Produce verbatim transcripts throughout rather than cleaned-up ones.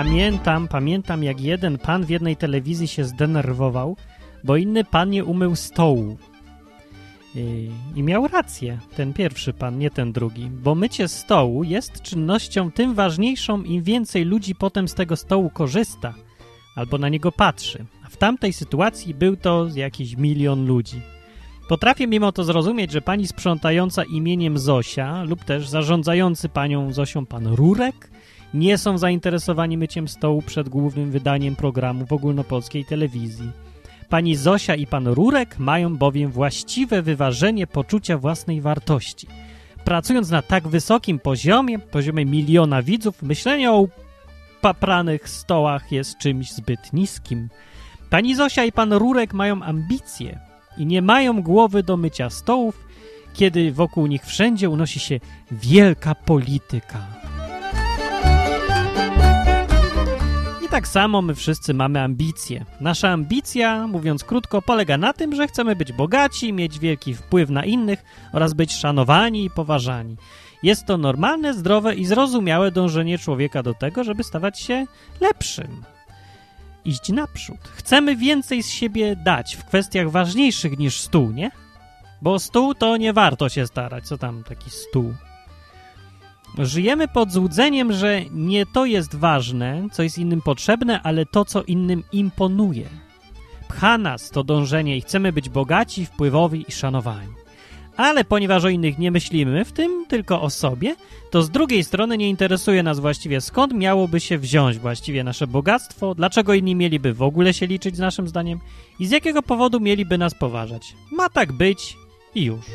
Pamiętam, pamiętam jak jeden pan w jednej telewizji się zdenerwował, bo inny pan nie umył stołu. I, I miał rację, ten pierwszy pan, nie ten drugi, bo mycie stołu jest czynnością tym ważniejszą, im więcej ludzi potem z tego stołu korzysta albo na niego patrzy. A w tamtej sytuacji był to jakiś milion ludzi. Potrafię mimo to zrozumieć, że pani sprzątająca imieniem Zosia lub też zarządzający panią Zosią pan Rurek nie są zainteresowani myciem stołu przed głównym wydaniem programu w ogólnopolskiej telewizji. Pani Zosia i pan Rurek mają bowiem właściwe wyważenie poczucia własnej wartości. Pracując na tak wysokim poziomie, poziomie miliona widzów, myślenie o papranych stołach jest czymś zbyt niskim. Pani Zosia i pan Rurek mają ambicje i nie mają głowy do mycia stołów, kiedy wokół nich wszędzie unosi się wielka polityka. I tak samo my wszyscy mamy ambicje. Nasza ambicja, mówiąc krótko, polega na tym, że chcemy być bogaci, mieć wielki wpływ na innych oraz być szanowani i poważani. Jest to normalne, zdrowe i zrozumiałe dążenie człowieka do tego, żeby stawać się lepszym. Iść naprzód. Chcemy więcej z siebie dać w kwestiach ważniejszych niż stół, nie? Bo stół to nie warto się starać. Co tam taki stół? Żyjemy pod złudzeniem, że nie to jest ważne, co jest innym potrzebne, ale to, co innym imponuje. Pcha nas to dążenie i chcemy być bogaci, wpływowi i szanowani. Ale ponieważ o innych nie myślimy, w tym tylko o sobie, to z drugiej strony nie interesuje nas właściwie, skąd miałoby się wziąć właściwie nasze bogactwo, dlaczego inni mieliby w ogóle się liczyć z naszym zdaniem i z jakiego powodu mieliby nas poważać. Ma tak być i już.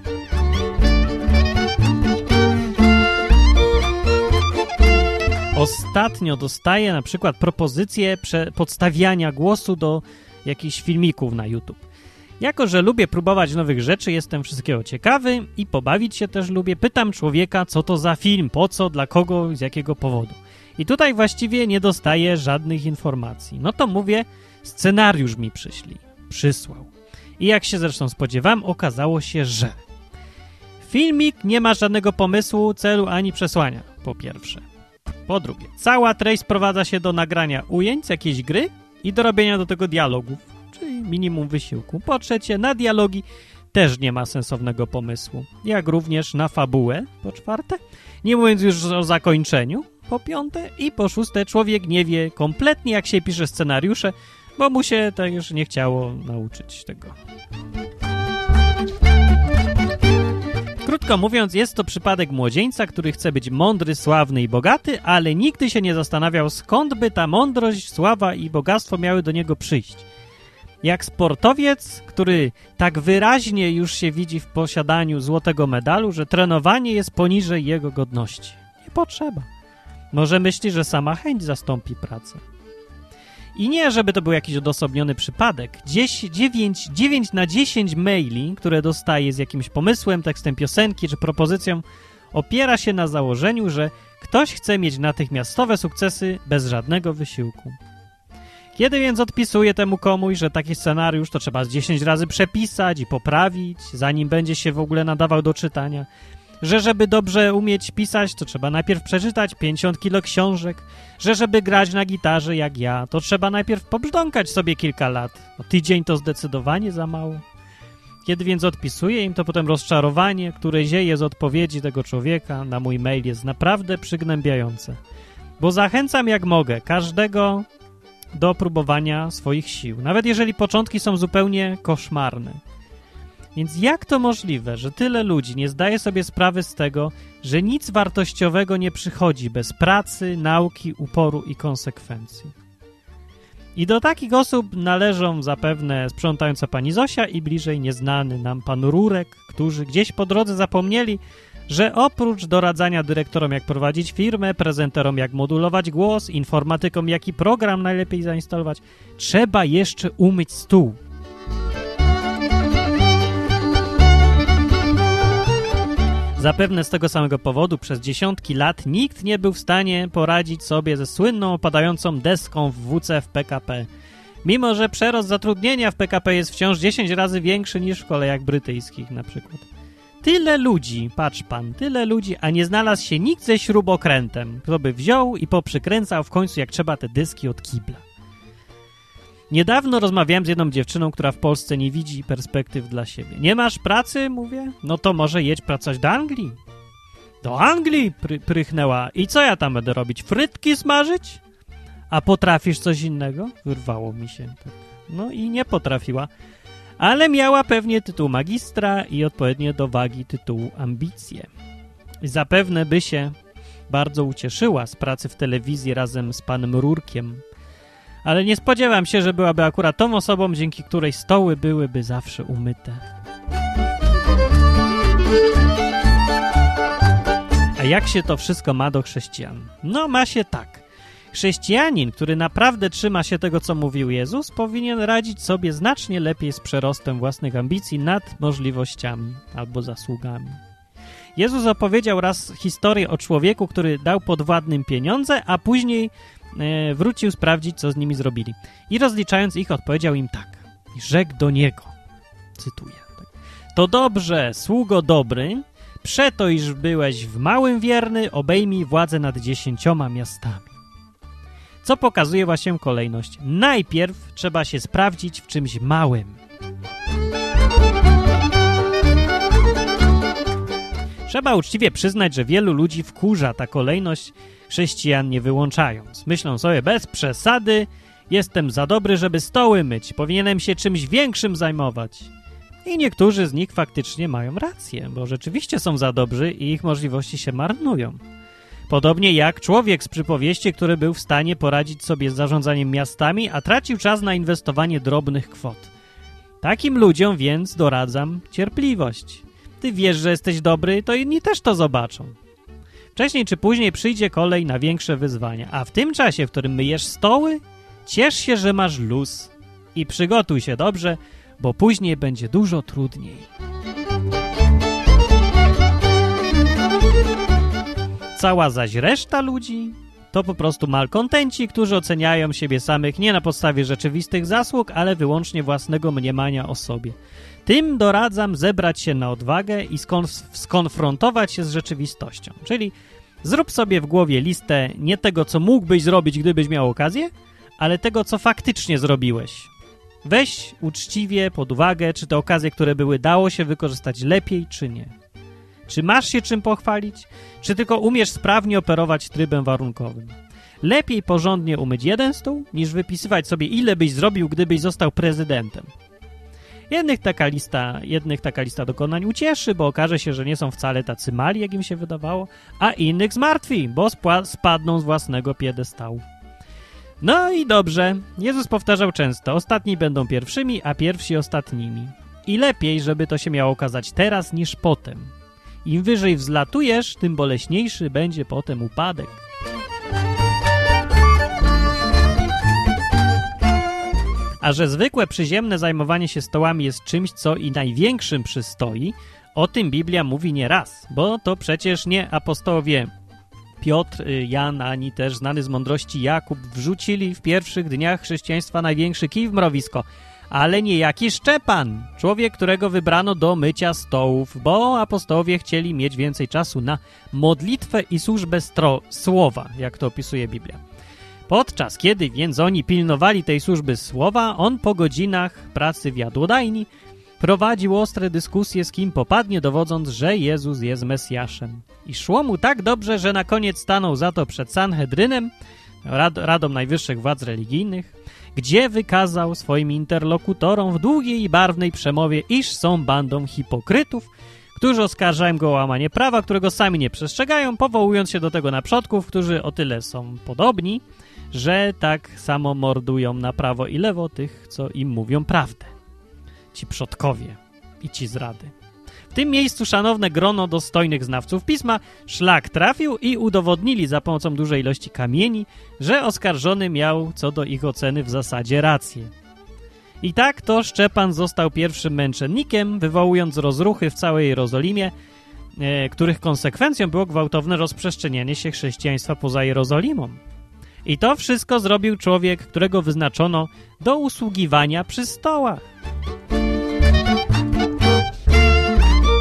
Ostatnio dostaję na przykład propozycję prze- podstawiania głosu do jakichś filmików na YouTube. Jako że lubię próbować nowych rzeczy, jestem wszystkiego ciekawy i pobawić się też lubię, pytam człowieka, co to za film, po co, dla kogo, z jakiego powodu. I tutaj właściwie nie dostaję żadnych informacji. No to mówię, scenariusz mi przyślij, przysłał. I jak się zresztą spodziewałem, okazało się, że filmik nie ma żadnego pomysłu, celu ani przesłania, po pierwsze. Po drugie, cała treść sprowadza się do nagrania ujęć z jakiejś gry i do robienia do tego dialogów, czyli minimum wysiłku. Po trzecie, na dialogi też nie ma sensownego pomysłu, jak również na fabułę, po czwarte, nie mówiąc już o zakończeniu, po piąte i po szóste, człowiek nie wie kompletnie, jak się pisze scenariusze, bo mu się to już nie chciało nauczyć tego. Krótko mówiąc, jest to przypadek młodzieńca, który chce być mądry, sławny i bogaty, ale nigdy się nie zastanawiał, skąd by ta mądrość, sława i bogactwo miały do niego przyjść. Jak sportowiec, który tak wyraźnie już się widzi w posiadaniu złotego medalu, że trenowanie jest poniżej jego godności. Nie potrzeba. Może myśli, że sama chęć zastąpi pracę. I nie, żeby to był jakiś odosobniony przypadek. dziewięć na dziesięć maili, które dostaję z jakimś pomysłem, tekstem piosenki czy propozycją, opiera się na założeniu, że ktoś chce mieć natychmiastowe sukcesy bez żadnego wysiłku. Kiedy więc odpisuję temu komuś, że taki scenariusz to trzeba z dziesięć razy przepisać i poprawić, zanim będzie się w ogóle nadawał do czytania, że żeby dobrze umieć pisać, to trzeba najpierw przeczytać pięćdziesiąt kilo książek, że żeby grać na gitarze jak ja, to trzeba najpierw pobrzdąkać sobie kilka lat. No, tydzień to zdecydowanie za mało. Kiedy więc odpisuję im, to potem rozczarowanie, które zieje z odpowiedzi tego człowieka na mój mail jest naprawdę przygnębiające. Bo zachęcam jak mogę każdego do próbowania swoich sił, nawet jeżeli początki są zupełnie koszmarne. Więc jak to możliwe, że tyle ludzi nie zdaje sobie sprawy z tego, że nic wartościowego nie przychodzi bez pracy, nauki, uporu i konsekwencji? I do takich osób należą zapewne sprzątająca pani Zosia i bliżej nieznany nam pan Rurek, którzy gdzieś po drodze zapomnieli, że oprócz doradzania dyrektorom, jak prowadzić firmę, prezenterom, jak modulować głos, informatykom, jaki program najlepiej zainstalować, trzeba jeszcze umyć stół. Zapewne z tego samego powodu przez dziesiątki lat nikt nie był w stanie poradzić sobie ze słynną opadającą deską w W C w P K P. Mimo że przerost zatrudnienia w P K P jest wciąż dziesięć razy większy niż w kolejach brytyjskich na przykład. Tyle ludzi, patrz pan, tyle ludzi, a nie znalazł się nikt ze śrubokrętem, kto by wziął i poprzykręcał w końcu jak trzeba te dyski od kibla. Niedawno rozmawiałem z jedną dziewczyną, która w Polsce nie widzi perspektyw dla siebie. Nie masz pracy? Mówię. No to może jedź pracować do Anglii. Do Anglii? Pry, prychnęła. I co ja tam będę robić? Frytki smażyć? A potrafisz coś innego? Wyrwało mi się. Tak. No i nie potrafiła. Ale miała pewnie tytuł magistra i odpowiednie do wagi tytułu ambicje. I zapewne by się bardzo ucieszyła z pracy w telewizji razem z panem Rurkiem. Ale nie spodziewam się, że byłaby akurat tą osobą, dzięki której stoły byłyby zawsze umyte. A jak się to wszystko ma do chrześcijan? No ma się tak. Chrześcijanin, który naprawdę trzyma się tego, co mówił Jezus, powinien radzić sobie znacznie lepiej z przerostem własnych ambicji nad możliwościami albo zasługami. Jezus opowiedział raz historię o człowieku, który dał podwładnym pieniądze, a później e, wrócił sprawdzić, co z nimi zrobili. I rozliczając ich, odpowiedział im tak. I rzekł do niego, cytuję, tak, to dobrze, sługo dobry, przeto iż byłeś w małym wierny, obejmij władzę nad dziesięcioma miastami. Co pokazuje właśnie kolejność. Najpierw trzeba się sprawdzić w czymś małym. Trzeba uczciwie przyznać, że wielu ludzi wkurza ta kolejność, chrześcijan nie wyłączając. Myślą sobie, bez przesady, jestem za dobry, żeby stoły myć, powinienem się czymś większym zajmować. I niektórzy z nich faktycznie mają rację, bo rzeczywiście są za dobrzy i ich możliwości się marnują. Podobnie jak człowiek z przypowieści, który był w stanie poradzić sobie z zarządzaniem miastami, a tracił czas na inwestowanie drobnych kwot. Takim ludziom więc doradzam cierpliwość. Ty wiesz, że jesteś dobry, to inni też to zobaczą. Wcześniej czy później przyjdzie kolej na większe wyzwania, a w tym czasie, w którym myjesz stoły, ciesz się, że masz luz i przygotuj się dobrze, bo później będzie dużo trudniej. Cała zaś reszta ludzi to po prostu malkontenci, którzy oceniają siebie samych nie na podstawie rzeczywistych zasług, ale wyłącznie własnego mniemania o sobie. Tym doradzam zebrać się na odwagę i skonf- skonfrontować się z rzeczywistością. Czyli zrób sobie w głowie listę nie tego, co mógłbyś zrobić, gdybyś miał okazję, ale tego, co faktycznie zrobiłeś. Weź uczciwie pod uwagę, czy te okazje, które były, dało się wykorzystać lepiej, czy nie. Czy masz się czym pochwalić, czy tylko umiesz sprawnie operować trybem warunkowym. Lepiej porządnie umyć jeden stół, niż wypisywać sobie, ile byś zrobił, gdybyś został prezydentem. Jednych taka lista, jednych taka lista dokonań ucieszy, bo okaże się, że nie są wcale tacy mali, jak im się wydawało, a innych zmartwi, bo spła- spadną z własnego piedestału. No i dobrze, Jezus powtarzał często, ostatni będą pierwszymi, a pierwsi ostatnimi. I lepiej, żeby to się miało okazać teraz niż potem. Im wyżej wzlatujesz, tym boleśniejszy będzie potem upadek. A że zwykłe przyziemne zajmowanie się stołami jest czymś, co i największym przystoi, o tym Biblia mówi nie raz, bo to przecież nie apostołowie Piotr, Jan, ani też znany z mądrości Jakub wrzucili w pierwszych dniach chrześcijaństwa największy kij w mrowisko, ale niejaki Szczepan, człowiek, którego wybrano do mycia stołów, bo apostołowie chcieli mieć więcej czasu na modlitwę i służbę stro- słowa, jak to opisuje Biblia. Podczas kiedy więc oni pilnowali tej służby słowa, on po godzinach pracy w jadłodajni prowadził ostre dyskusje z kim popadnie, dowodząc, że Jezus jest Mesjaszem. I szło mu tak dobrze, że na koniec stanął za to przed Sanhedrynem, rad, Radą Najwyższych Władz Religijnych, gdzie wykazał swoim interlokutorom w długiej i barwnej przemowie, iż są bandą hipokrytów, którzy oskarżają go o łamanie prawa, którego sami nie przestrzegają, powołując się do tego na przodków, którzy o tyle są podobni, że tak samo mordują na prawo i lewo tych, co im mówią prawdę. Ci przodkowie i ci zrady. W tym miejscu szanowne grono dostojnych znawców pisma szlak trafił i udowodnili za pomocą dużej ilości kamieni, że oskarżony miał co do ich oceny w zasadzie rację. I tak to Szczepan został pierwszym męczennikiem, wywołując rozruchy w całej Jerozolimie, e, których konsekwencją było gwałtowne rozprzestrzenianie się chrześcijaństwa poza Jerozolimą. I to wszystko zrobił człowiek, którego wyznaczono do usługiwania przy stołach.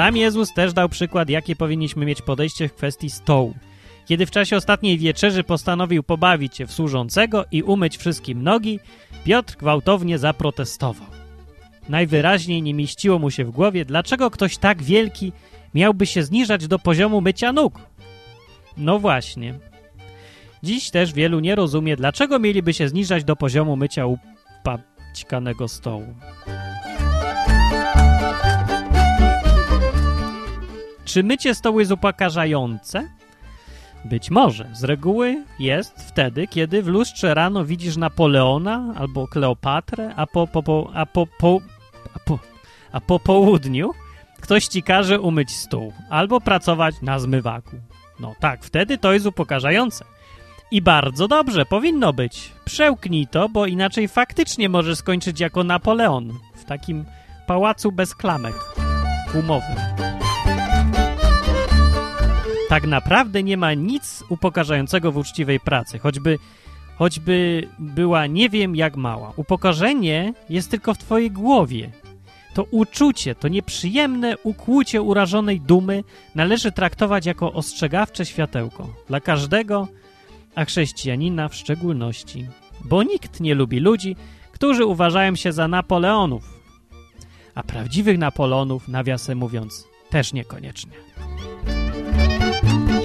Sam Jezus też dał przykład, jakie powinniśmy mieć podejście w kwestii stołu. Kiedy w czasie ostatniej wieczerzy postanowił pobawić się w służącego i umyć wszystkim nogi, Piotr gwałtownie zaprotestował. Najwyraźniej nie mieściło mu się w głowie, dlaczego ktoś tak wielki miałby się zniżać do poziomu mycia nóg. No właśnie. Dziś też wielu nie rozumie, dlaczego mieliby się zniżać do poziomu mycia upaćkanego stołu. Czy mycie stołu jest upokarzające? Być może. Z reguły jest wtedy, kiedy w lustrze rano widzisz Napoleona albo Kleopatrę, a po, po, po, a po, po, a po, a po południu ktoś ci każe umyć stół albo pracować na zmywaku. No tak, wtedy to jest upokarzające. I bardzo dobrze, powinno być. Przełknij to, bo inaczej faktycznie możesz skończyć jako Napoleon w takim pałacu bez klamek gumowym. Tak naprawdę nie ma nic upokarzającego w uczciwej pracy, choćby, choćby była nie wiem jak mała. Upokorzenie jest tylko w twojej głowie. To uczucie, to nieprzyjemne ukłucie urażonej dumy należy traktować jako ostrzegawcze światełko. Dla każdego, a chrześcijanina w szczególności. Bo nikt nie lubi ludzi, którzy uważają się za Napoleonów. A prawdziwych Napoleonów, nawiasem mówiąc, też niekoniecznie.